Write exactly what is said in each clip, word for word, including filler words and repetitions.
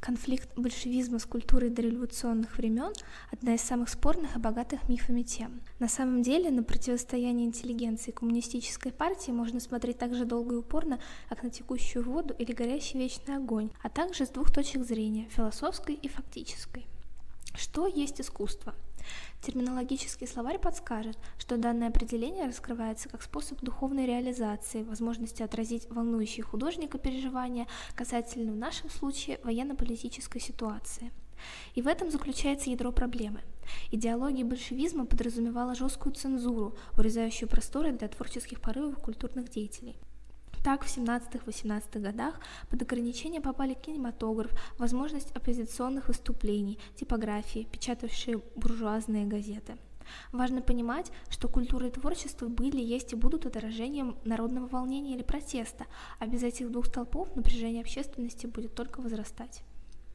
Конфликт большевизма с культурой дореволюционных времен – одна из самых спорных и богатых мифами тем. На самом деле, на противостояние интеллигенции и коммунистической партии можно смотреть так же долго и упорно, как на текущую воду или горящий вечный огонь, а также с двух точек зрения – философской и фактической. Что есть искусство? Терминологический словарь подскажет, что данное определение раскрывается как способ духовной реализации, возможности отразить волнующие художника переживания касательно в нашем случае военно-политической ситуации. И в этом заключается ядро проблемы. Идеология большевизма подразумевала жесткую цензуру, урезающую просторы для творческих порывов культурных деятелей. Так, в семнадцатых-восемнадцатых годах под ограничения попали кинематограф, возможность оппозиционных выступлений, типографии, печатавшие буржуазные газеты. Важно понимать, что культура и творчество были, есть и будут отражением народного волнения или протеста, а без этих двух столпов напряжение общественности будет только возрастать.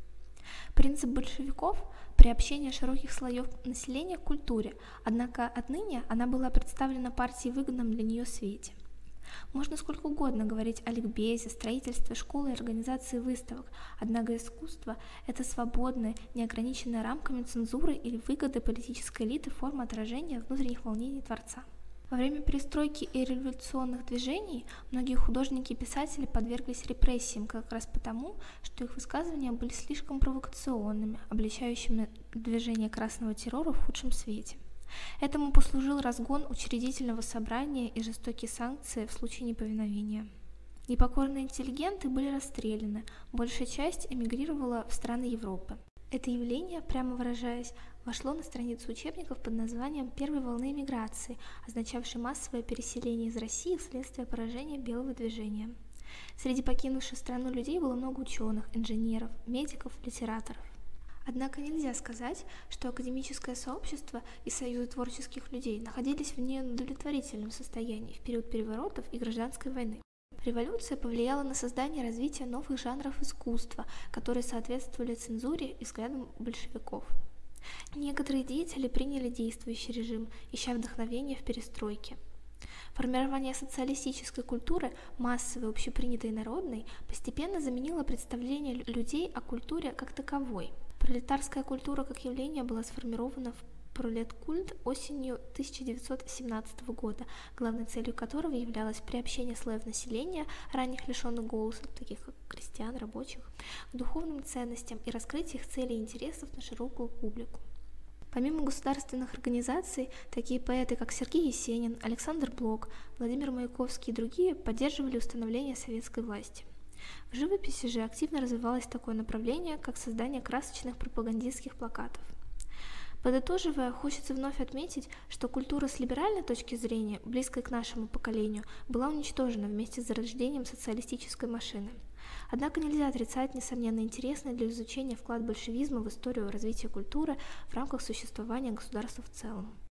Принцип большевиков – приобщение широких слоев населения к культуре, однако отныне она была представлена партией в выгодном для нее свете. Можно сколько угодно говорить о ликбезе, строительстве школ и организации выставок, однако искусство – это свободная, неограниченная рамками цензуры или выгоды политической элиты форма отражения внутренних волнений творца. Во время перестройки и революционных движений многие художники и писатели подверглись репрессиям как раз потому, что их высказывания были слишком провокационными, обличающими движение красного террора в худшем свете. Этому послужил разгон учредительного собрания и жестокие санкции в случае неповиновения. Непокорные интеллигенты были расстреляны, большая часть эмигрировала в страны Европы. Это явление, прямо выражаясь, вошло на страницу учебников под названием «Первой волны эмиграции», означавшей массовое переселение из России вследствие поражения белого движения. Среди покинувших страну людей было много ученых, инженеров, медиков, литераторов. Однако нельзя сказать, что академическое сообщество и союзы творческих людей находились в неудовлетворительном состоянии в период переворотов и гражданской войны. Революция повлияла на создание и развитие новых жанров искусства, которые соответствовали цензуре и взглядам большевиков. Некоторые деятели приняли действующий режим, ища вдохновения в перестройке. Формирование социалистической культуры, массовой, общепринятой и народной, постепенно заменило представление людей о культуре как таковой. Пролетарская культура как явление была сформирована в пролеткульт осенью тысяча девятьсот семнадцатого года, главной целью которого являлось приобщение слоев населения, ранних лишенных голоса, таких как крестьян, рабочих, к духовным ценностям и раскрытие их целей и интересов на широкую публику. Помимо государственных организаций, такие поэты, как Сергей Есенин, Александр Блок, Владимир Маяковский и другие поддерживали установление советской власти. В живописи же активно развивалось такое направление, как создание красочных пропагандистских плакатов. Подытоживая, хочется вновь отметить, что культура с либеральной точки зрения, близкой к нашему поколению, была уничтожена вместе с зарождением социалистической машины. Однако нельзя отрицать несомненно интересный для изучения вклад большевизма в историю развития культуры в рамках существования государства в целом.